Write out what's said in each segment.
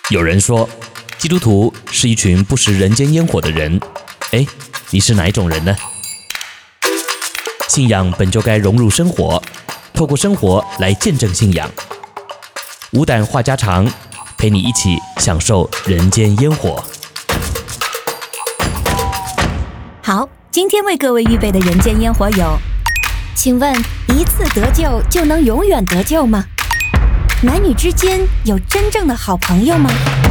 有人说，基督徒是一群不食人间烟火的人。诶，你是哪一种人呢？信仰本就该融入生活，透过生活来见证信仰。无胆话家常，陪你一起享受人间烟火。 好，今天为各位预备的人间烟火有：请问一次得救就能永远得救吗？男女之间有真正的好朋友吗？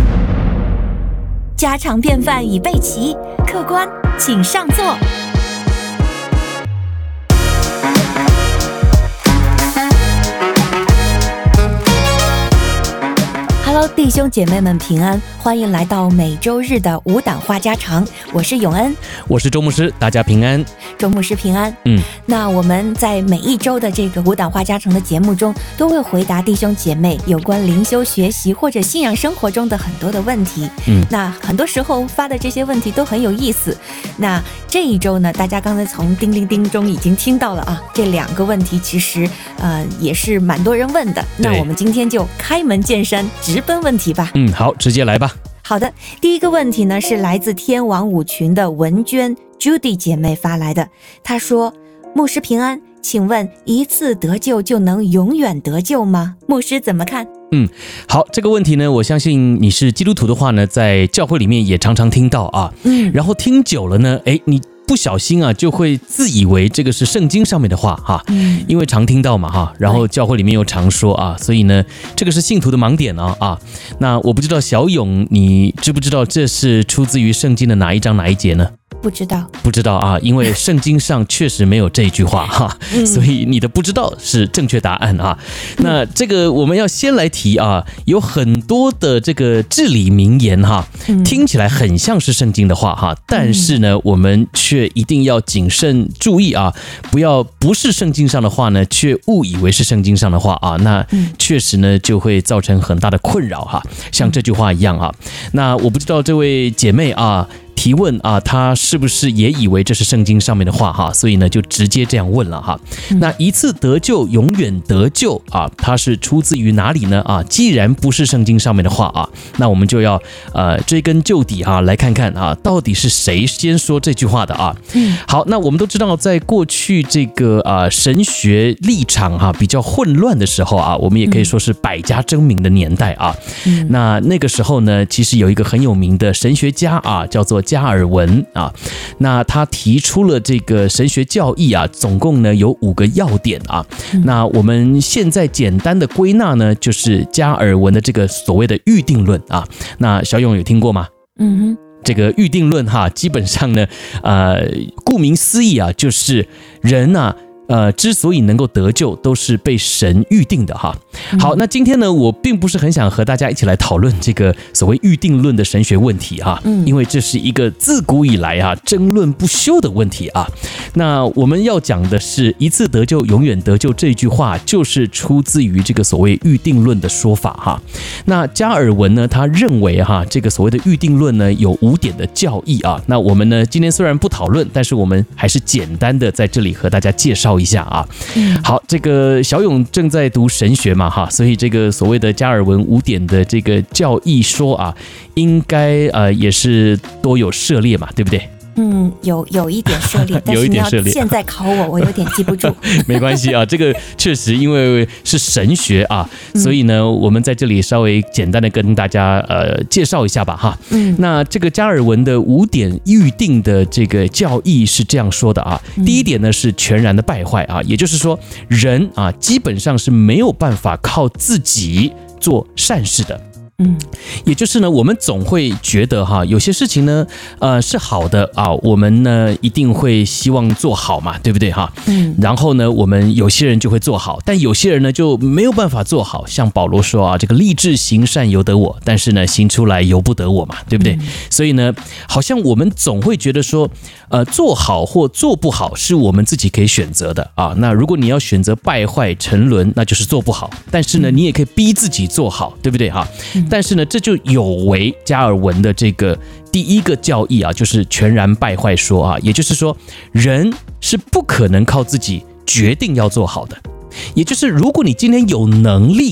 家常便饭已备齐，客官请上座。Hello， 弟兄姐妹们平安，欢迎来到每周日的无胆话家常，我是永恩， 我是周牧师，大家平安。 周牧师平安。那我们在每一周的这个无胆话家常的节目中，都会回答弟兄姐妹有关灵修学习或者信仰生活中的很多的问题。那很多时候发的这些问题都很有意思。那这一周呢，大家刚才从叮铃叮中已经听到了啊，这两个问题其实也是蛮多人问的。那我们今天就开门见山，直奔问题吧。 好，直接来吧。 好的，第一个问题呢是来自天王五群的文娟 Judy 姐妹发来的。她说：牧师平安，请问一次得救就能永远得救吗？牧师怎么看？ 好，这个问题呢，我相信你是基督徒的话呢，在教会里面也常常听到啊。然后听久了呢，你不小心啊，就会自以为这个是圣经上面的话哈，因为常听到嘛哈，然后教会里面又常说啊，所以呢，这个是信徒的盲点啊。那我不知道小勇，你知不知道这是出自于圣经的哪一章哪一节呢？不知道啊，因为圣经上确实没有这句话哈，所以你的不知道是正确答案啊。那这个我们要先来提啊，有很多的这个至理名言哈，听起来很像是圣经的话哈，但是呢，我们却一定要谨慎注意啊，不是圣经上的话呢，却误以为是圣经上的话啊，那确实呢就会造成很大的困扰哈，像这句话一样啊。那我不知道这位姐妹啊提问啊，他是不是也以为这是圣经上面的话哈？所以呢，就直接这样问了哈。那一次得救，永远得救啊，它是出自于哪里呢？啊，既然不是圣经上面的话啊，那我们就要追根究底哈，来看看啊，到底是谁先说这句话的啊？好，那我们都知道，在过去这个神学立场哈比较混乱的时候啊，我们也可以说是百家争鸣的年代啊。那个时候呢，其实有一个很有名的神学家啊，叫做加尔文啊，那他提出了这个神学教义啊，总共呢有5个要点啊。那我们现在简单的归纳呢，就是加尔文的这个所谓的预定论啊。那小勇有听过吗？这个预定论哈，基本上呢，顾名思义啊，就是人啊。之所以能够得救，都是被神预定的哈。好，那今天呢，我并不是很想和大家一起来讨论这个所谓预定论的神学问题哈，因为这是一个自古以来啊争论不休的问题啊。那我们要讲的是一次得救，永远得救这句话，就是出自于这个所谓预定论的说法哈。那加尔文呢，他认为哈，这个所谓的预定论呢，有5点的教义啊。那我们呢，今天虽然不讨论，但是我们还是简单的在这里和大家介绍一下啊。好，这个小勇正在读神学嘛哈，所以这个所谓的加尔文5点的这个教义说啊，应该也是多有涉猎嘛，对不对？ 有一点涉猎，但是你要现在考我有点记不住。 没关系啊，这个确实因为是神学啊，所以呢，我们在这里稍微简单的跟大家介绍一下吧哈。那这个加尔文的5点预定的这个教义是这样说的啊。第一点呢是全然的败坏啊，也就是说人啊基本上是没有办法靠自己做善事的。也就是呢，我们总会觉得哈，有些事情呢，是好的啊，我们呢一定会希望做好嘛，对不对哈？然后呢，我们有些人就会做好，但有些人呢就没有办法做好。像保罗说啊，这个立志行善由得我，但是呢行出来由不得我嘛，对不对？所以呢，好像我们总会觉得说，做好或做不好是我们自己可以选择的啊。那如果你要选择败坏沉沦，那就是做不好。但是呢，你也可以逼自己做好，对不对哈？但是呢，这就有违加尔文的这个第一个教义啊，就是全然败坏说啊，也就是说，人是不可能靠自己决定要做好的。也就是如果你今天有能力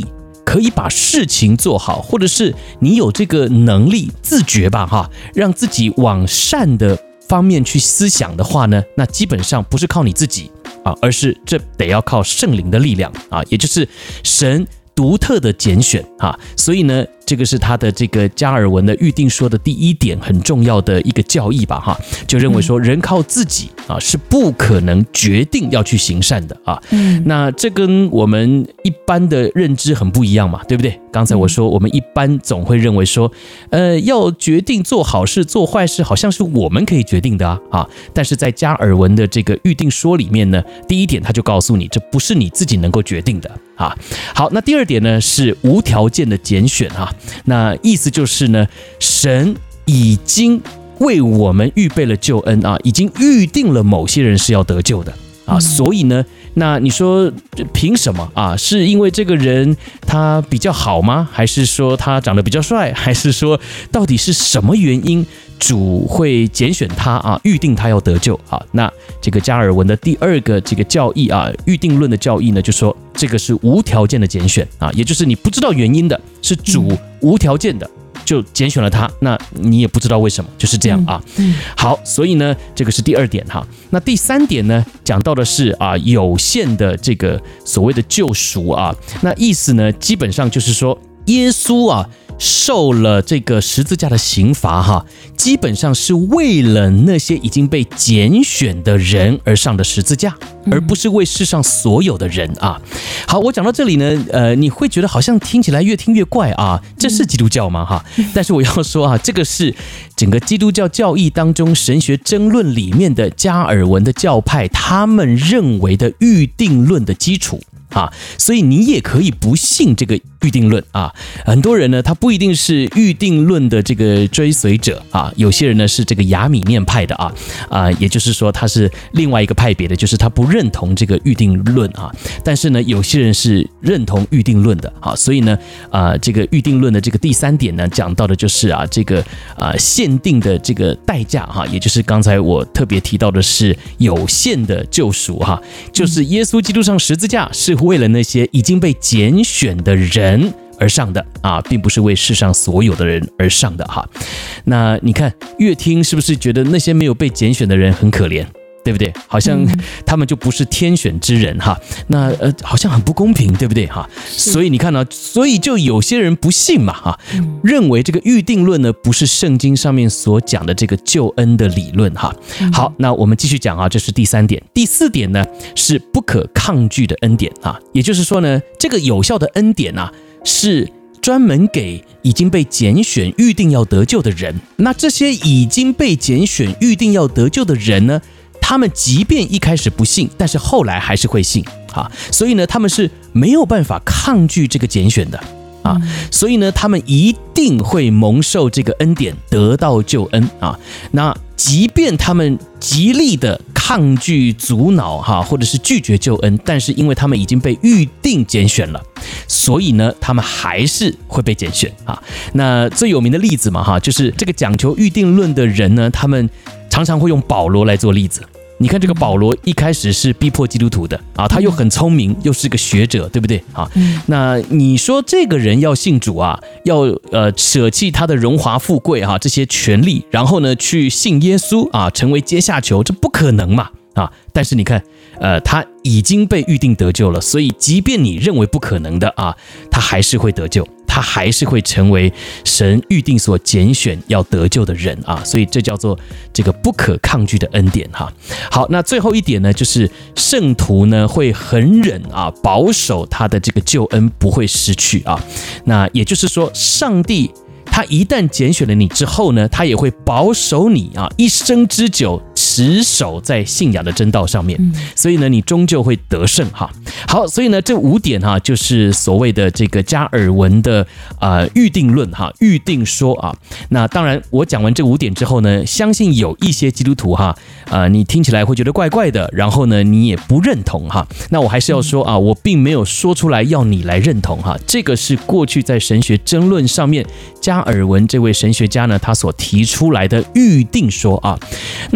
可以把事情做好，或者是你有这个能力自觉吧哈，让自己往善的方面去思想的话呢，那基本上不是靠你自己啊，而是这得要靠圣灵的力量啊，也就是神独特的拣选啊。所以呢，这个是他的这个加尔文的预定说的第一点很重要的一个教义吧哈，就认为说人靠自己啊是不可能决定要去行善的啊。那这跟我们一般的认知很不一样嘛，对不对？刚才我说我们一般总会认为说，要决定做好事做坏事，好像是我们可以决定的啊。但是在加尔文的这个预定说里面呢，第一点他就告诉你，这不是你自己能够决定的啊。好，那第二点呢是无条件的拣选啊。那意思就是呢，神已经为我们预备了救恩啊，已经预定了某些人是要得救的啊，所以呢，那你说凭什么啊？是因为这个人他比较好吗？还是说他长得比较帅？还是说到底是什么原因主会拣选他啊，预定他要得救啊？那这个加尔文的第二个这个教义啊，预定论的教义呢，就说这个是无条件的拣选啊，也就是你不知道原因的，是主无条件的就拣选了他，那你也不知道为什么，就是这样啊。好，所以呢，这个是第二点哈。那第三点呢，讲到的是啊，有限的这个所谓的救赎啊，那意思呢，基本上就是说，耶稣啊受了这个十字架的刑罚哈，基本上是为了那些已经被拣选的人而上的十字架，而不是为世上所有的人啊。好，我讲到这里呢，你会觉得好像听起来越听越怪啊，这是基督教吗哈？但是我要说啊，这个是整个基督教教义当中神学争论里面的加尔文的教派他们认为的预定论的基础啊，所以你也可以不信这个预定论啊。很多人呢，他不一定是预定论的这个追随者啊，有些人呢是这个亚米念派的啊，也就是说他是另外一个派别的，就是他不认同这个预定论啊。但是呢，有些人是认同预定论的啊，所以呢，这个预定论的这个第三点呢，讲到的就是啊，这个限定的这个代价哈，也就是刚才我特别提到的是有限的救赎哈，就是耶稣基督上十字架是为了那些已经被拣选的人而上的啊，并不是为世上所有的人而上的哈。那你看，越听是不是觉得那些没有被拣选的人很可怜？对不对？好像他们就不是天选之人哈，那好像很不公平，对不对哈？所以你看呢，所以就有些人不信嘛哈，认为这个预定论呢不是圣经上面所讲的这个救恩的理论哈。好，那我们继续讲啊，这是第三点。第四点呢是不可抗拒的恩典啊，也就是说呢，这个有效的恩典啊是专门给已经被拣选预定要得救的人。那这些已经被拣选预定要得救的人呢，他们即便一开始不信，但是后来还是会信啊，所以呢，他们是没有办法抗拒这个拣选的啊，所以呢，他们一定会蒙受这个恩典，得到救恩啊。那即便他们极力的抗拒、阻挠哈，或者是拒绝救恩，但是因为他们已经被预定拣选了，所以呢，他们还是会被拣选啊。那最有名的例子嘛哈，就是这个讲求预定论的人呢，他们常常会用保罗来做例子。你看这个保罗一开始是逼迫基督徒的啊，他又很聪明，又是个学者，对不对啊？那你说这个人要信主啊，要舍弃他的荣华富贵啊这些权利，然后呢去信耶稣啊，成为阶下囚，这不可能嘛啊！但是你看，他已经被预定得救了，所以即便你认为不可能的啊，他还是会得救。他还是会成为神预定所拣选要得救的人啊，所以这叫做这个不可抗拒的恩典哈。好，那最后一点呢，就是圣徒呢会很忍啊，保守他的这个救恩不会失去啊。那也就是说，上帝他一旦拣选了你之后呢，他也会保守你啊，一生之久持守在信仰的真道上面，所以呢，你终究会得胜哈。好，所以呢，这5点哈，就是所谓的这个加尔文的预定论哈，预定说啊。那当然，我讲完这5点之后呢，相信有一些基督徒哈，你听起来会觉得怪怪的，然后呢，你也不认同哈。那我还是要说啊，我并没有说出来要你来认同哈，这个是过去在神学争论上面加尔文这位神学家呢，他所提出来的预定说啊。那你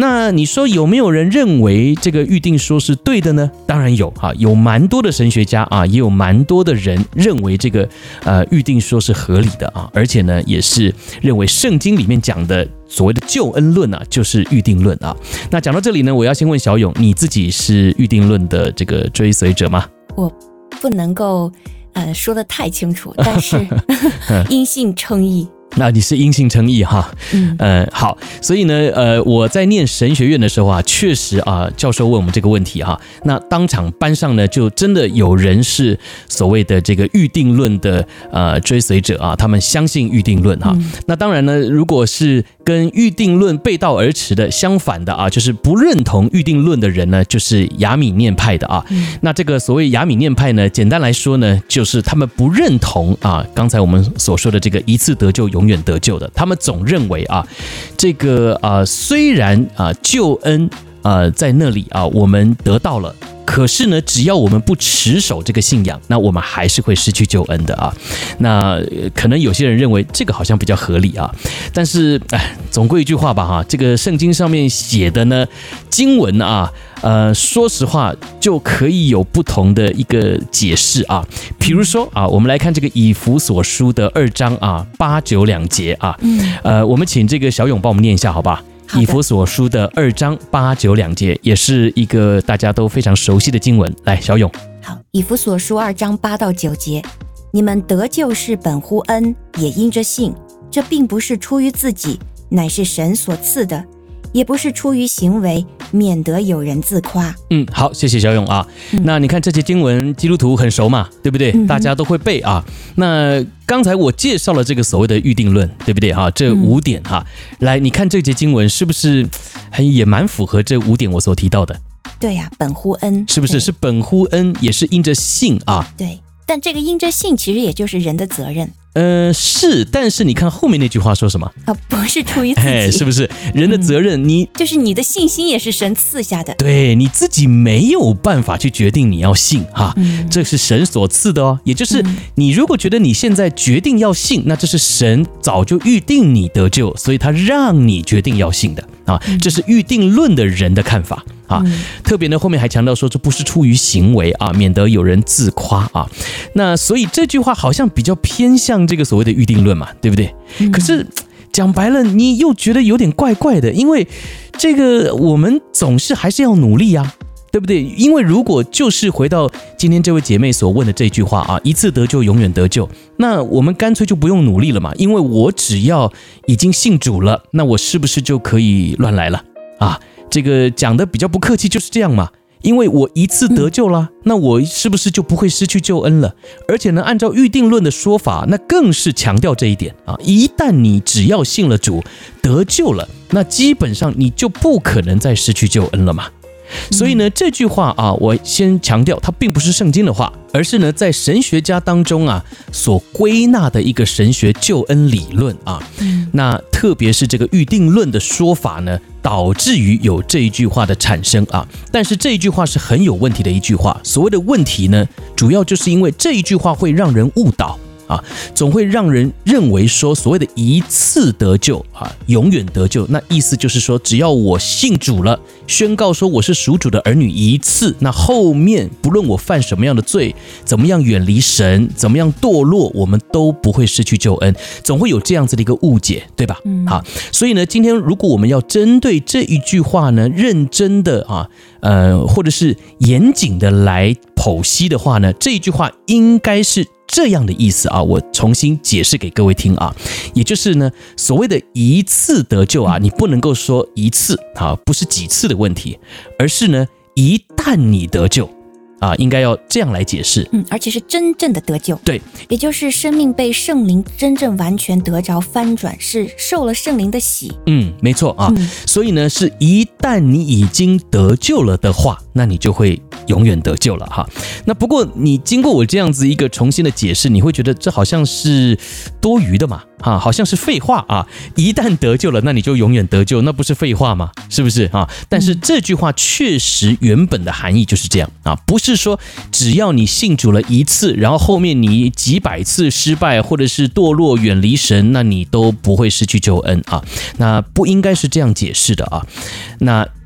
你说有没有人认为这个预定说是对的呢？当然有啊，有蛮多的神学家啊，也有蛮多的人认为这个预定说是合理的啊，而且呢也是认为圣经里面讲的所谓的救恩论啊，就是预定论啊。那讲到这里呢，我要先问小勇，你自己是预定论的这个追随者吗？ 我不能够说得太清楚，但是因信称义。 那你是因信称义哈，好，所以呢，我在念神学院的时候啊，确实啊，教授问我们这个问题哈，那当场班上呢，就真的有人是所谓的这个预定论的追随者啊，他们相信预定论哈。那当然呢，如果是跟预定论背道而驰的，相反的啊，就是不认同预定论的人呢，就是亚米念派的啊。那这个所谓亚米念派呢，简单来说呢，就是他们不认同啊，刚才我们所说的这个一次得救永远得救的，他们总认为啊，这个虽然救恩在那里啊，我们得到了。可是呢，只要我们不持守这个信仰，那我们还是会失去救恩的啊。那可能有些人认为这个好像比较合理啊，但是总归一句话吧哈，这个圣经上面写的呢，经文啊，说实话就可以有不同的一个解释啊。比如说啊，我们来看这个以弗所书的2章啊8、9两节啊，我们请这个小勇帮我们念一下，好吧？以弗所书的2章8、9两节，也是一个大家都非常熟悉的经文。来，小勇。 好，以弗所书2章8到9节，你们得救是本乎恩，也因着信。这并不是出于自己，乃是神所赐的，也不是出于行为，免得有人自夸。 好，谢谢小勇啊。那你看这节经文，基督徒很熟嘛，对不对？大家都会背啊。那刚才我介绍了这个所谓的预定论，对不对哈？这5点哈，来，你看这节经文是不是也蛮符合这5点我所提到的？ 对呀，本乎恩， 是不是？是本乎恩，也是因着信啊。 对，但这个因着信其实也就是人的责任。 是，但是你看后面那句话说什么不是出于自己， 是不是？人的责任，你就是你的信心也是神赐下的， 对，你自己没有办法去决定你要信哈，这是神所赐的哦。也就是你如果觉得你现在决定要信，那这是神早就预定你得救，所以他让你决定要信的啊，这是预定论的人的看法。特别呢，后面还强调说这不是出于行为啊，免得有人自夸啊。那所以这句话好像比较偏向这个所谓的预定论嘛，对不对？可是讲白了，你又觉得有点怪怪的，因为这个我们总是还是要努力啊，对不对？因为如果就是回到今天这位姐妹所问的这句话啊，一次得救永远得救，那我们干脆就不用努力了嘛，因为我只要已经信主了，那我是不是就可以乱来了啊？这个讲的比较不客气就是这样嘛，因为我一次得救了，那我是不是就不会失去救恩了？而且呢，按照预定论的说法，那更是强调这一点啊，一旦你只要信了主得救了，那基本上你就不可能再失去救恩了嘛。所以呢，这句话啊，我先强调，它并不是圣经的话，而是呢，在神学家当中啊所归纳的一个神学救恩理论啊。那特别是这个预定论的说法呢，导致于有这一句话的产生啊。但是这一句话是很有问题的一句话。所谓的问题呢，主要就是因为这一句话会让人误导。总会让人认为说所谓的一次得救永远得救，那意思就是说只要我信主了，宣告说我是属主的儿女一次，那后面不论我犯什么样的罪，怎么样远离神，怎么样堕落，我们都不会失去救恩，总会有这样子的一个误解，对吧？好，所以呢，今天如果我们要针对这一句话呢，认真的或者是严谨的来剖析的话呢，这一句话应该是这样的意思啊，我重新解释给各位听啊，也就是呢，所谓的一次得救啊，你不能够说一次不是几次的问题，而是呢，一旦你得救应该要这样来解释， 而且是真正的得救， 对， 也就是生命被圣灵真正完全得着翻转，是受了圣灵的洗， 没错啊，所以呢，是一旦你已经得救了的话，那你就会永远得救了哈。那不过你经过我这样子一个重新的解释，你会觉得这好像是多余的嘛，好像是废话啊。一旦得救了，那你就永远得救，那不是废话吗？是不是啊？但是这句话确实原本的含义就是这样啊，不是说只要你信主了一次，然后后面你几百次失败或者是堕落远离神，那你都不会失去救恩啊。那不应该是这样解释的啊。那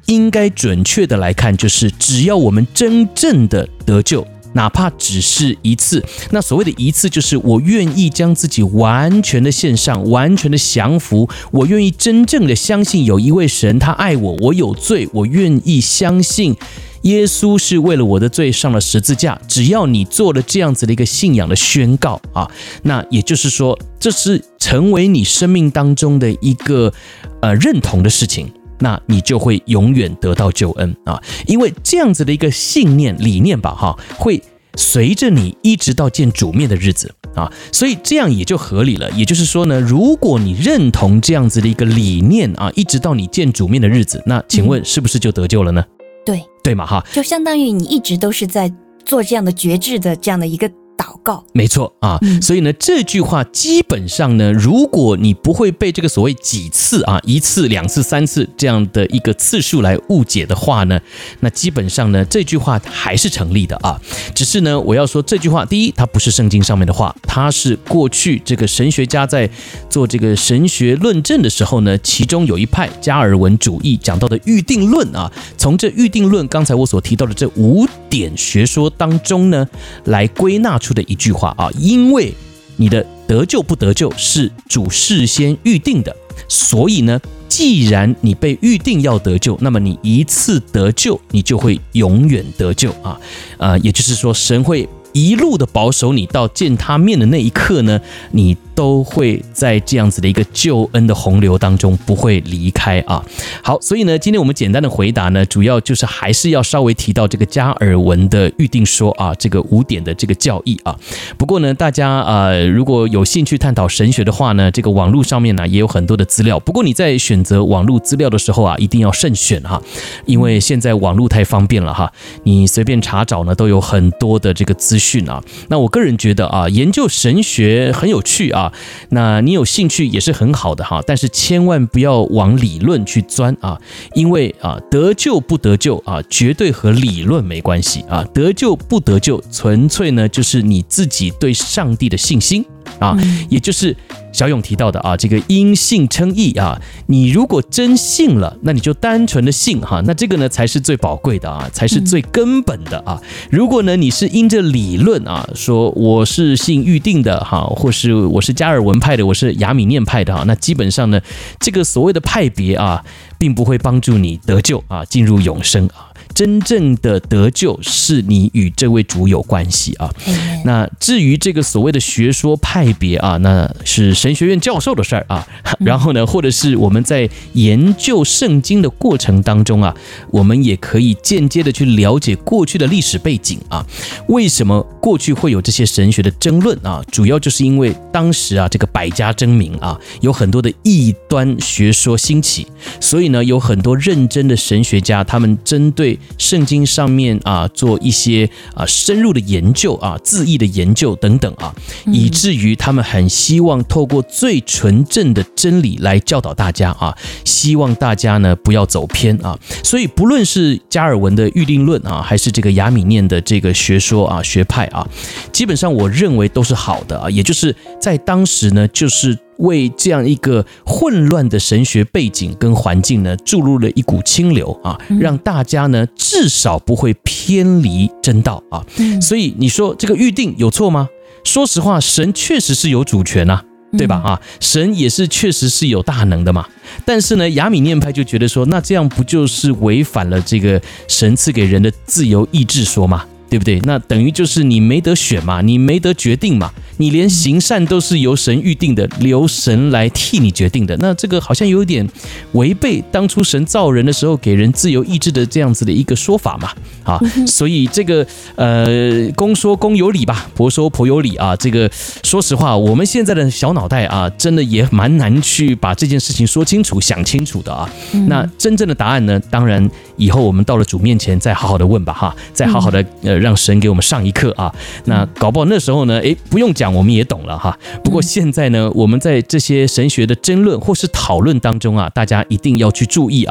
应该准确的来看，就是只要我们真正的得救，哪怕只是一次，那所谓的一次就是我愿意将自己完全的献上，完全的降服，我愿意真正的相信有一位神，他爱我，我有罪，我愿意相信耶稣是为了我的罪上了十字架。只要你做了这样子的一个信仰的宣告啊，那也就是说这是成为你生命当中的一个认同的事情，那你就会永远得到救恩啊！因为这样子的一个信念理念吧，会随着你一直到见主面的日子啊，所以这样也就合理了。也就是说呢，如果你认同这样子的一个理念啊，一直到你见主面的日子，那请问是不是就得救了呢？对嘛哈， 就相当于你一直都是在做这样的决志的这样的一个祷告。 没错啊，所以呢，这句话基本上呢，如果你不会被这个所谓几次啊，一次、两次、三次这样的一个次数来误解的话呢，那基本上呢，这句话还是成立的啊。只是呢，我要说这句话，第一，它不是圣经上面的话，它是过去这个神学家在做这个神学论证的时候呢，其中有一派加尔文主义讲到的预定论啊，从这预定论刚才我所提到的这5点学说当中呢，来归纳出的一句话啊，因为你的得救不得救是主事先预定的，所以呢，既然你被预定要得救，那么你一次得救，你就会永远得救啊，也就是说，神会一路的保守你到见他面的那一刻呢，你都会在这样子的一个救恩的洪流当中不会离开啊。好，所以呢，今天我们简单的回答呢，主要就是还是要稍微提到这个加尔文的预定说啊，这个5点的这个教义啊。不过呢，大家如果有兴趣探讨神学的话呢，这个网络上面呢也有很多的资料。不过你在选择网络资料的时候啊，一定要慎选哈，因为现在网络太方便了哈，你随便查找呢都有很多的这个资讯啊。那我个人觉得啊，研究神学很有趣啊。那你有兴趣也是很好的哈，但是千万不要往理论去钻啊，因为得救不得救啊，绝对和理论没关系啊，得救不得救纯粹呢就是你自己对上帝的信心啊，也就是小勇提到的啊，这个因信称义啊，你如果真信了，那你就单纯的信哈，那这个呢才是最宝贵的啊，才是最根本的啊。如果呢你是因着理论啊，说我是信预定的哈，或是我是加尔文派的，我是亚米念派的哈，那基本上呢，这个所谓的派别啊，并不会帮助你得救啊，进入永生啊。真正的得救是你与这位主有关系啊。那至于这个所谓的学说派别啊，那是神学院教授的事儿啊。然后呢，或者是我们在研究圣经的过程当中啊，我们也可以间接的去了解过去的历史背景啊。为什么过去会有这些神学的争论啊？主要就是因为当时啊，这个百家争鸣啊，有很多的异端学说兴起，所以呢，有很多认真的神学家，他们针对圣经上面啊做一些深入的研究啊，字义的研究等等啊，以至于他们很希望透过最纯正的真理来教导大家啊，希望大家呢不要走偏啊。所以不论是加尔文的预定论啊，还是这个亚米念的这个学说啊学派啊，基本上我认为都是好的啊，也就是在当时呢，就是为这样一个混乱的神学背景跟环境呢，注入了一股清流啊，让大家呢至少不会偏离真道啊。所以你说这个预定有错吗？说实话，神确实是有主权啊，对吧？啊，神也是确实是有大能的嘛。但是呢，亚米念派就觉得说，那这样不就是违反了这个神赐给人的自由意志说吗？对不对？那等于就是你没得选嘛，你没得决定嘛，你连行善都是由神预定的，由神来替你决定的，那这个好像有点违背当初神造人的时候给人自由意志的这样子的一个说法嘛，啊，所以这个公说公有理吧，婆说婆有理啊，这个说实话，我们现在的小脑袋啊，真的也蛮难去把这件事情说清楚、想清楚的啊。那真正的答案呢，当然以后我们到了主面前再好好的问吧，哈，再好好的让神给我们上一课啊。那搞不好那时候呢，不用讲我们也懂了哈。不过现在呢，我们在这些神学的争论或是讨论当中啊，大家一定要去注意啊，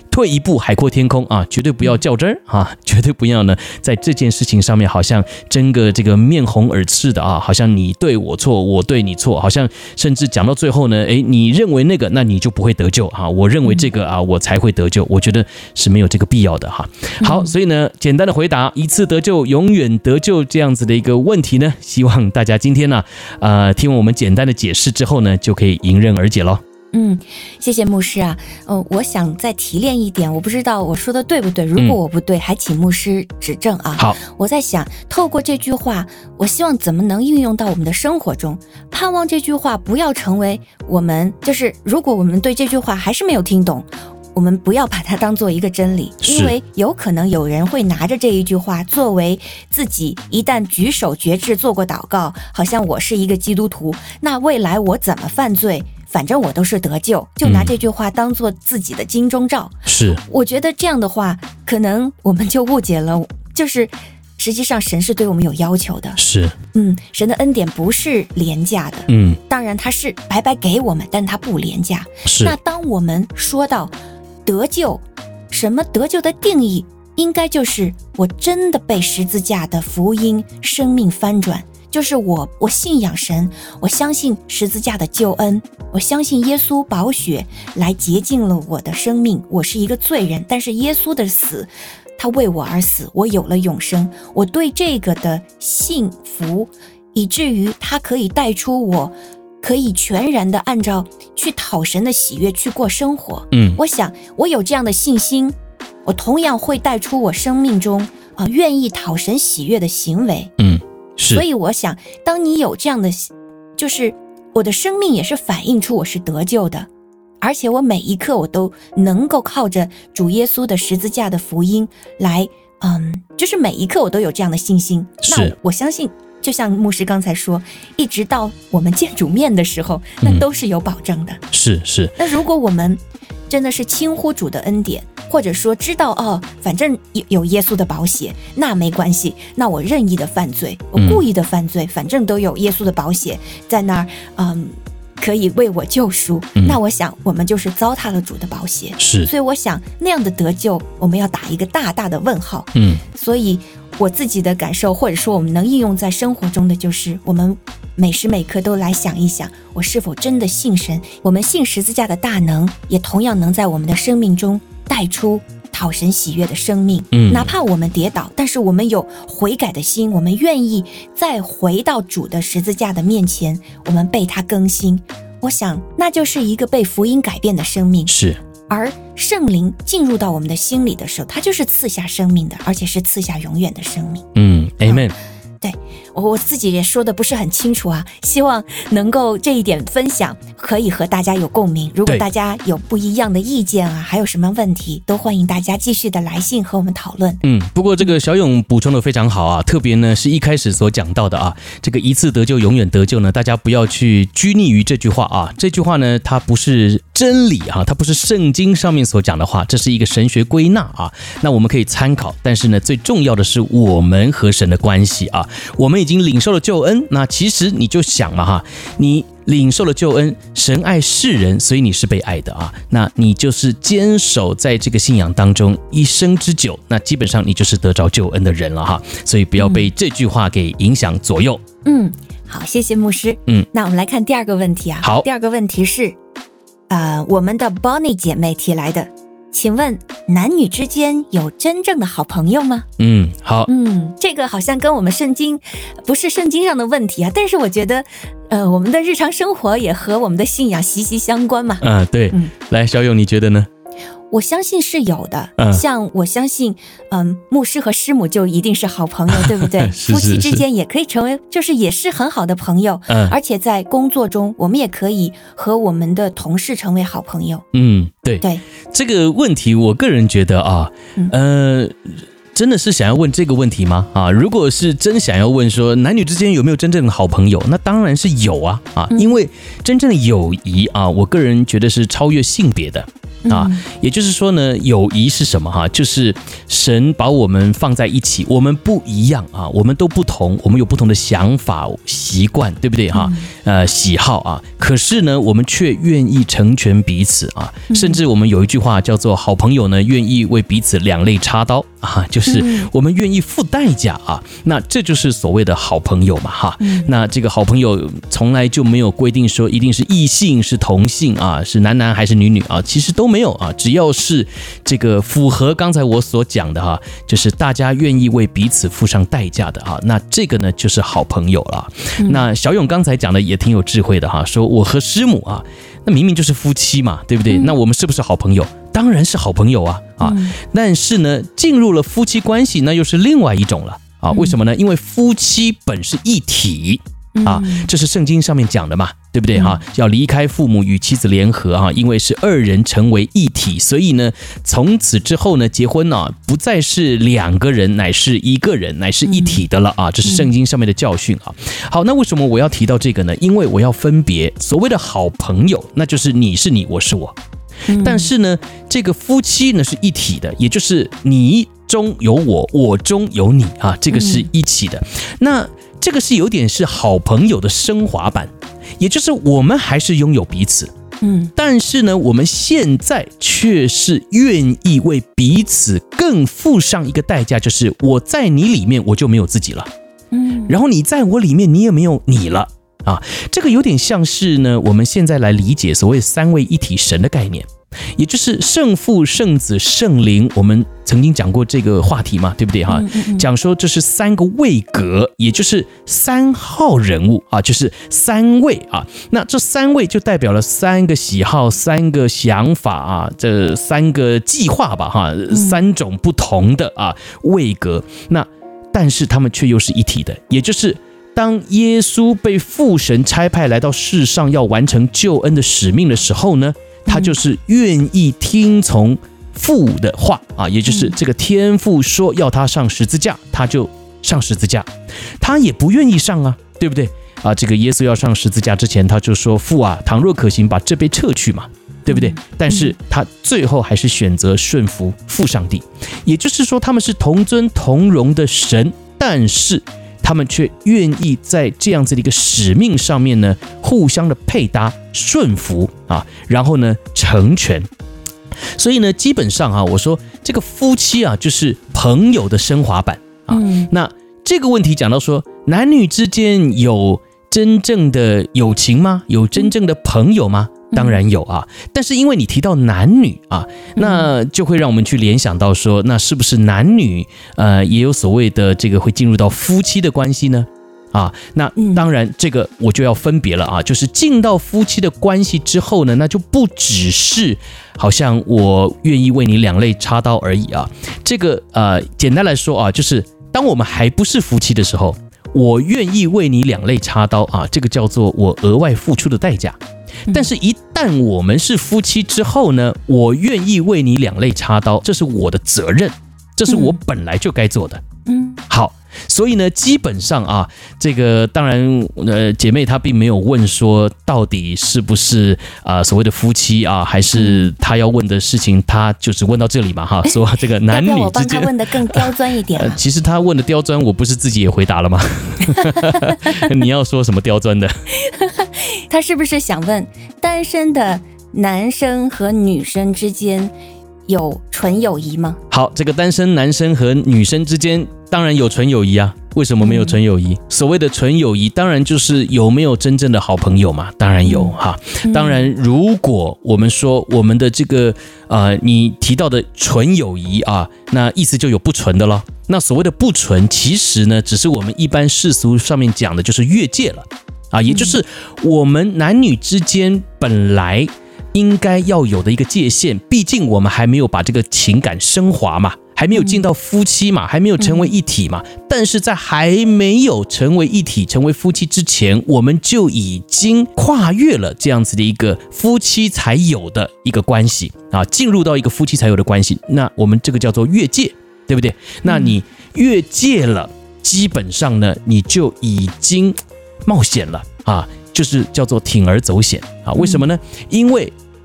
退一步海阔天空啊，绝对不要较真儿啊，绝对不要呢在这件事情上面好像争个这个面红耳赤的啊，好像你对我错，我对你错，好像甚至讲到最后呢，你认为那个，那你就不会得救啊，我认为这个啊，我才会得救，我觉得是没有这个必要的哈。好，所以呢，简单的回答一次得救永远得救这样子的一个问题呢，希望大家今天呢，听完我们简单的解释之后呢，就可以迎刃而解咯。 谢谢牧师啊。我想再提炼一点，我不知道我说的对不对，如果我不对，还请牧师指正啊。 好， 我在想，透过这句话，我希望怎么能运用到我们的生活中，盼望这句话不要成为我们，就是如果我们对这句话还是没有听懂，我们不要把它当做一个真理，因为有可能有人会拿着这一句话作为自己一旦举手决志做过祷告，好像我是一个基督徒，那未来我怎么犯罪反正我都是得救，就拿这句话当做自己的金钟罩。 是， 我觉得这样的话可能我们就误解了，就是实际上神是对我们有要求的。 是， 神的恩典不是廉价的，当然他是白白给我们，但他不廉价。 是， 那当我们说到得救，什么得救的定义，应该就是我真的被十字架的福音生命翻转，就是我信仰神，我相信十字架的救恩，我相信耶稣宝血来洁净了我的生命，我是一个罪人，但是耶稣的死，他为我而死，我有了永生，我对这个的信服，以至于他可以带出我可以全然的按照去讨神的喜悦去过生活。我想我有这样的信心，我同样会带出我生命中愿意讨神喜悦的行为。所以我想当你有这样的，就是我的生命也是反映出我是得救的，而且我每一刻我都能够靠着主耶稣的十字架的福音来就是每一刻我都有这样的信心。那我相信就像牧师刚才说，一直到我们见主面的时候，那都是有保证的。是。那如果我们真的是轻忽主的恩典，或者说知道反正有耶稣的宝血，那没关系，那我任意的犯罪，我故意的犯罪，反正都有耶稣的宝血在那儿，可以为我救赎，那我想我们就是糟蹋了主的宝血。 是， 所以我想那样的得救，我们要打一个大大的问号。所以我自己的感受，或者说我们能应用在生活中的，就是我们每时每刻都来想一想，我是否真的信神，我们信十字架的大能，也同样能在我们的生命中带出讨神喜悦的生命。哪怕我们跌倒，但是我们有悔改的心，我们愿意再回到主的十字架的面前，我们被他更新，我想那就是一个被福音改变的生命。 是， 而圣灵进入到我们的心里的时候，他就是赐下生命的，而且是赐下永远的生命。 Amen。 对，我自己也说的不是很清楚啊，希望能够这一点分享可以和大家有共鸣。如果大家有不一样的意见啊，还有什么问题，都欢迎大家继续的来信和我们讨论。 不过这个小勇补充的非常好啊，特别呢是一开始所讲到的啊，这个一次得救永远得救呢，大家不要去拘泥于这句话啊，这句话呢它不是真理啊，它不是圣经上面所讲的话，这是一个神学归纳啊，那我们可以参考，但是呢最重要的是我们和神的关系啊，我们已经领受了救恩，那其实你就想嘛哈，你领受了救恩，神爱世人，所以你是被爱的啊，那你就是坚守在这个信仰当中一生之久，那基本上你就是得着救恩的人了哈，所以不要被这句话给影响左右。 好，谢谢牧师。那我们来看第二个问题啊。 好， 第二个问题是我们的 Bonnie 姐妹提来的，请问男女之间有真正的好朋友吗？ 好， 这个好像跟我们圣经不是圣经上的问题啊，但是我觉得我们的日常生活也和我们的信仰息息相关嘛。 对，来小勇你觉得呢？ 我相信是有的，像我相信牧师和师母就一定是好朋友，对不对？夫妻之间也可以成为，就是也是很好的朋友，而且在工作中我们也可以和我们的同事成为好朋友。 对，这个问题我个人觉得啊，真的是想要问这个问题吗？如果是真想要问说男女之间有没有真正的好朋友，那当然是有啊，因为真正的友谊啊，我个人觉得是超越性别的。 也就是说呢，友谊是什么就是神把我们放在一起，我们不一样我们都不同，我们有不同的想法、习惯，对不对喜好可是呢，我们却愿意成全彼此甚至我们有一句话叫做好朋友呢，愿意为彼此两肋插刀就是我们愿意付代价那这就是所谓的好朋友嘛那这个好朋友从来就没有规定说一定是异性、是同性是男男还是女女其实都没有只要是这个符合刚才我所讲的就是大家愿意为彼此付上代价的那这个呢就是好朋友了。那小勇刚才讲的也挺有智慧的说我和师母那明明就是夫妻嘛，对不对？那我们是不是好朋友？当然是好朋友但是呢，进入了夫妻关系，那又是另外一种了为什么呢？因为夫妻本是一体这是圣经上面讲的嘛，对不对要离开父母与妻子联合因为是二人成为一体，所以呢，从此之后呢，结婚不再是两个人，乃是一个人，乃是一体的了这是圣经上面的教训好，那为什么我要提到这个呢？因为我要分别所谓的好朋友，那就是你是你，我是我。但是呢，这个夫妻呢是一体的，也就是你中有我，我中有你这个是一起的。那这个是有点是好朋友的升华版，也就是我们还是拥有彼此，但是呢，我们现在却是愿意为彼此更付上一个代价，就是我在你里面我就没有自己了，然后你在我里面你也没有你了这个有点像是呢，我们现在来理解所谓三位一体神的概念，也就是圣父、圣子、圣灵。我们曾经讲过这个话题嘛，对不对讲说这是三个位格，也就是三号人物就是三位那这三位就代表了三个喜好、三个想法这三个计划吧三种不同的位格。那但是他们却又是一体的，也就是当耶稣被父神差派来到世上要完成救恩的使命的时候呢，他就是愿意听从父的话也就是这个天父说要他上十字架，他就上十字架。他也不愿意上对不对这个耶稣要上十字架之前，他就说父倘若可行，把这杯撤去嘛，对不对？但是他最后还是选择顺服父上帝，也就是说他们是同尊同荣的神，但是他们却愿意在这样子的一个使命上面呢，互相的配搭、顺服然后呢成全。所以呢，基本上我说这个夫妻就是朋友的升华版那这个问题讲到说，男女之间有真正的友情吗？有真正的朋友吗？当然有但是因为你提到男女那就会让我们去联想到说，那是不是男女也有所谓的这个会进入到夫妻的关系呢？那当然这个我就要分别了就是进到夫妻的关系之后呢，那就不只是好像我愿意为你两肋插刀而已这个简单来说就是当我们还不是夫妻的时候，我愿意为你两肋插刀这个叫做我额外付出的代价。但是一旦我们是夫妻之后呢，我愿意为你两肋插刀，这是我的责任，这是我本来就该做的。好，所以呢，基本上这个当然姐妹她并没有问说到底是不是所谓的夫妻还是她要问的事情，她就只问到这里嘛说这个男女之间，要不要我帮她问的更刁钻一点其实她问的刁钻，我不是自己也回答了吗你要说什么刁钻的她是不是想问单身的男生和女生之间有纯友谊吗？ 好，这个单身男生和女生之间当然有纯友谊为什么没有纯友谊？所谓的纯友谊当然就是有没有真正的好朋友嘛，当然有当然如果我们说我们的这个你提到的纯友谊那意思就有不纯的了。那所谓的不纯其实呢，只是我们一般世俗上面讲的就是越界了也就是我们男女之间本来应该要有的一个界限，毕竟我们还没有把这个情感升华嘛，还没有进到夫妻嘛，还没有成为一体嘛。但是在还没有成为一体、成为夫妻之前，我们就已经跨越了这样子的一个夫妻才有的一个关系进入到一个夫妻才有的关系。那我们这个叫做越界，对不对？那你越界了，基本上呢，你就已经冒险了就是叫做铤而走险为什么呢？因为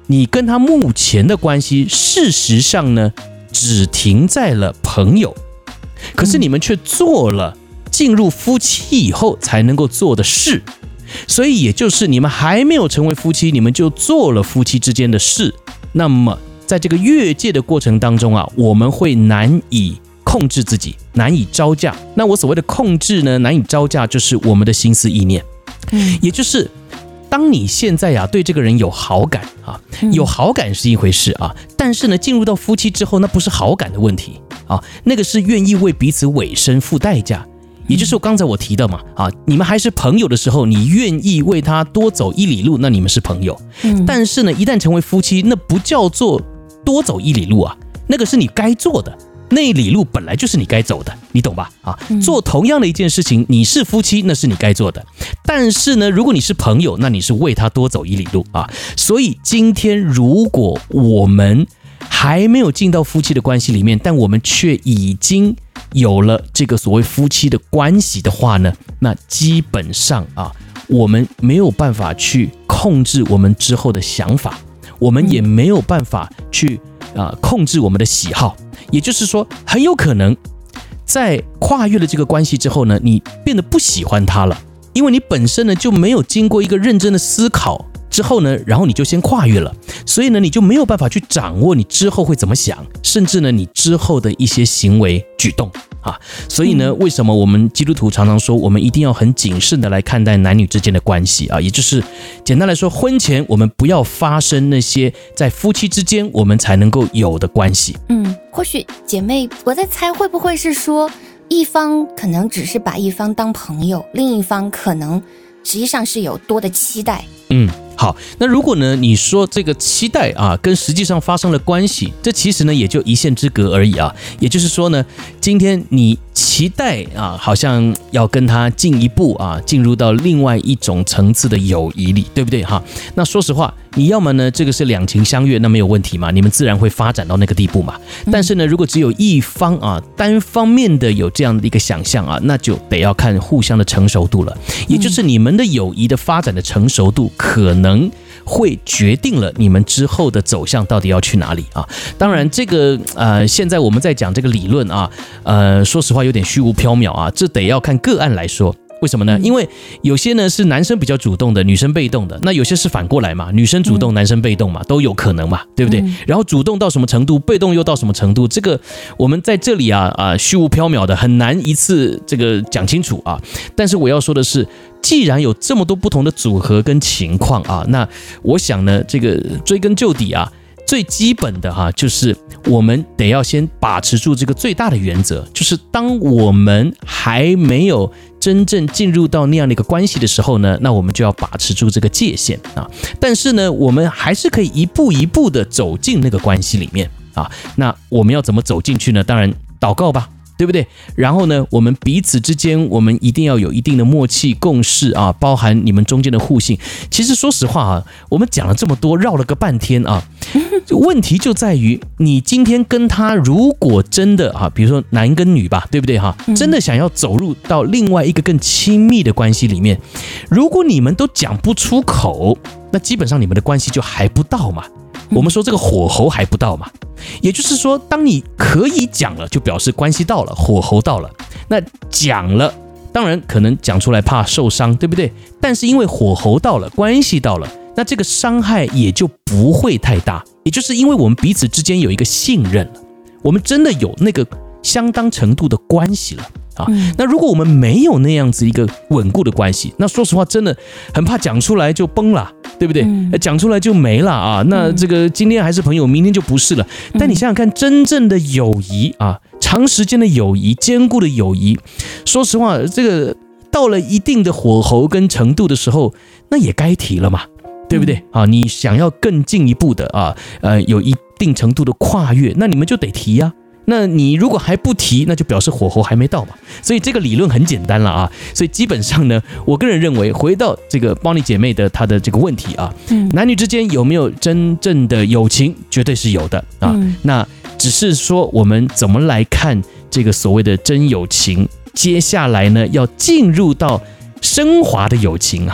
你跟他目前的关系事实上呢只停在了朋友，可是你们却做了进入夫妻以后才能够做的事，所以也就是你们还没有成为夫妻，你们就做了夫妻之间的事。那么在这个越界的过程当中啊，我们会难以控制自己，难以招架。那我所谓的控制呢，难以招架就是我们的心思意念，也就是当你现在啊对这个人有好感啊，有好感是一回事啊，但是呢进入到夫妻之后，那不是好感的问题啊，那个是愿意为彼此委身付代价。也就是刚才我提的嘛，你们还是朋友的时候，你愿意为他多走1里路，那你们是朋友。但是呢，一旦成为夫妻，那不叫做多走1里路啊，那个是你该做的，那1里路本来就是你该走的，你懂吧？做同样的一件事情，你是夫妻，那是你该做的。但是呢，如果你是朋友，那你是为他多走1里路啊。所以今天如果我们还没有进到夫妻的关系里面，但我们却已经有了这个所谓夫妻的关系的话呢，那基本上啊，我们没有办法去控制我们之后的想法，我们也没有办法去控制我们的喜好。也就是说，很有可能在跨越了这个关系之后呢，你变得不喜欢他了，因为你本身呢就没有经过一个认真的思考之后呢，然后你就先跨越了，所以呢你就没有办法去掌握你之后会怎么想，甚至呢你之后的一些行为举动啊。所以呢，为什么我们基督徒常常说我们一定要很谨慎的来看待男女之间的关系啊？也就是简单来说，婚前我们不要发生那些在夫妻之间我们才能够有的关系。 或许姐妹，我在猜会不会是说一方可能只是把一方当朋友，另一方可能实际上是有多的期待。 好，那如果呢你说这个期待啊跟实际上发生了关系，这其实呢也就一线之隔而已啊。也就是说呢，今天你期待啊好像要跟他进一步啊，进入到另外一种层次的友谊里，对不对哈？那说实话，你要么呢这个是两情相悦，那没有问题嘛，你们自然会发展到那个地步嘛。但是呢，如果只有一方啊单方面的有这样的一个想象啊，那就得要看互相的成熟度了，也就是你们的友谊的发展的成熟度可能会决定了你们之后的走向到底要去哪里啊。当然这个现在我们在讲这个理论啊，说实话有点虚无缥缈啊，这得要看个案来说。为什么呢？因为有些呢是男生比较主动的，女生被动的，那有些是反过来嘛，女生主动，男生被动嘛，都有可能嘛，对不对？然后主动到什么程度，被动又到什么程度，这个我们在这里虚无缥缈的，很难一次这个讲清楚啊。但是我要说的是，既然有这么多不同的组合跟情况啊，那我想呢，这个追根究底啊，最基本的就是我们得要先把持住这个最大的原则，就是当我们还没有真正进入到那样的一个关系的时候呢，那我们就要把持住这个界限啊。但是呢，我们还是可以一步一步的走进那个关系里面啊。那我们要怎么走进去呢？当然祷告吧，对不对？然后呢，我们彼此之间，我们一定要有一定的默契共识啊，包含你们中间的互信。其实说实话啊，我们讲了这么多，绕了个半天啊，问题就在于你今天跟他如果真的比如说男跟女吧，对不对哈？真的想要走入到另外一个更亲密的关系里面，如果你们都讲不出口，那基本上你们的关系就还不到嘛。我们说这个火候还不到嘛，也就是说，当你可以讲了，就表示关系到了，火候到了。那讲了，当然可能讲出来怕受伤，对不对？但是因为火候到了，关系到了，那这个伤害也就不会太大。也就是因为我们彼此之间有一个信任了，我们真的有那个相当程度的关系了。那如果我们没有那样子一个稳固的关系，那说实话真的很怕讲出来就崩了，对不对？讲出来就没了啊。那这个今天还是朋友，明天就不是了。但你想想看，真正的友谊啊，长时间的友谊，坚固的友谊，说实话，这个到了一定的火候跟程度的时候，那也该提了嘛，对不对啊？你想要更进一步的有一定程度的跨越，那你们就得提呀。那你如果还不提，那就表示火候还没到嘛。所以这个理论很简单了啊。所以基本上呢，我个人认为，回到这个邦尼姐妹的她的这个问题啊，男女之间有没有真正的友情，绝对是有的啊。那只是说我们怎么来看这个所谓的真友情，接下来呢要进入到升华的友情哈。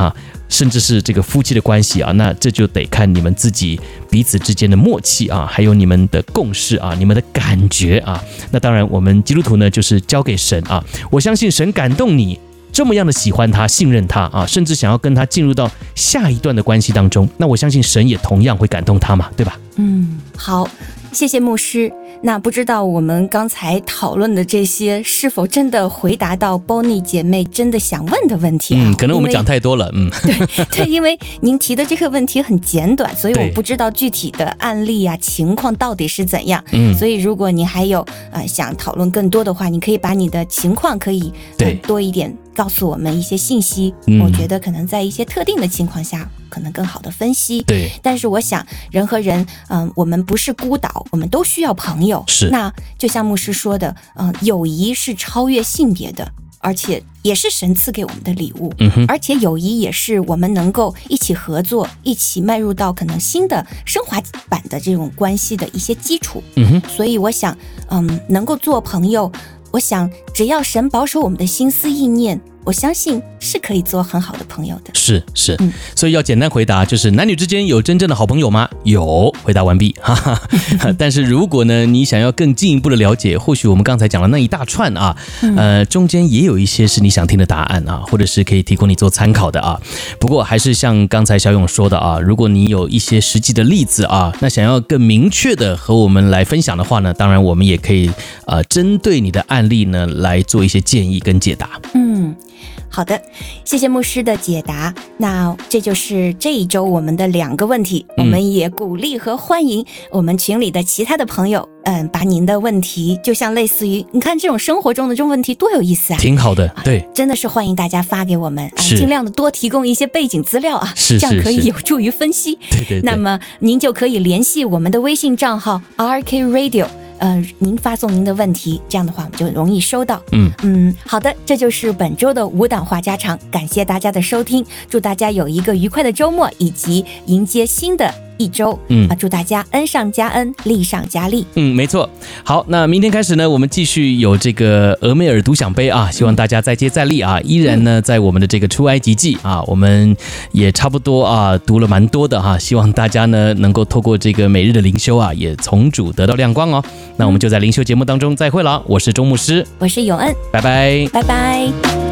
甚至是这个夫妻的关系啊，那这就得看你们自己彼此之间的默契啊，还有你们的共识啊，你们的感觉啊。那当然，我们基督徒呢，就是交给神啊。我相信神感动你这么样的喜欢他、信任他啊，甚至想要跟他进入到下一段的关系当中，那我相信神也同样会感动他嘛，对吧？ 好，谢谢牧师。那不知道我们刚才讨论的这些是否真的回答到 Bonnie 姐妹真的想问的问题啊？ 可能我们讲太多了。 对，因为您提的这个问题很简短，所以我不知道具体的案例啊情况到底是怎样。所以如果你还有想讨论更多的话，你可以把你的情况可以多一点告诉我们一些信息。我觉得可能在一些特定的情况下可能更好的分析。 对， 但是我想人和人我们不是孤岛，我们都需要朋友。 是， 那就像牧师说的友谊是超越性别的，而且也是神赐给我们的礼物。而且友谊也是我们能够一起合作，一起迈入到可能新的升华版的这种关系的一些基础。所以我想能够做朋友，我想只要神保守我们的心思意念，我相信是可以做很好的朋友的。 是，所以要简单回答，就是男女之间有真正的好朋友吗？有，回答完毕。但是如果呢，你想要更进一步的了解，或许我们刚才讲的那一大串啊，中间也有一些是你想听的答案啊，或者是可以提供你做参考的啊。不过还是像刚才小勇说的啊，如果你有一些实际的例子啊，那想要更明确的和我们来分享的话呢，当然我们也可以针对你的案例呢来做一些建议跟解答。 好的，谢谢牧师的解答。那这就是这一周我们的2个问题。我们也鼓励和欢迎我们群里的其他的朋友，把您的问题，就像类似于你看这种生活中的这种问题多有意思啊， 挺好的。对， 真的是欢迎大家发给我们，尽量的多提供一些背景资料啊，这样可以有助于分析。 对。 那么您就可以联系我们的微信账号 RK Radio。您发送您的问题，这样的话我们就容易收到。好的，这就是本周的无党话家常，感谢大家的收听，祝大家有一个愉快的周末，以及迎接新的一周。祝大家恩上加恩，利上加利。 没错。好，那明天开始呢，我们继续有这个俄梅尔独享杯啊，希望大家再接再厉啊。依然呢，在我们的这个出埃及记啊，我们也差不多啊读了蛮多的哈，希望大家呢能够透过这个每日的灵修啊，也从主得到亮光哦。那我们就在灵修节目当中再会了，我是钟牧师， 我是永恩， 拜拜， 拜拜。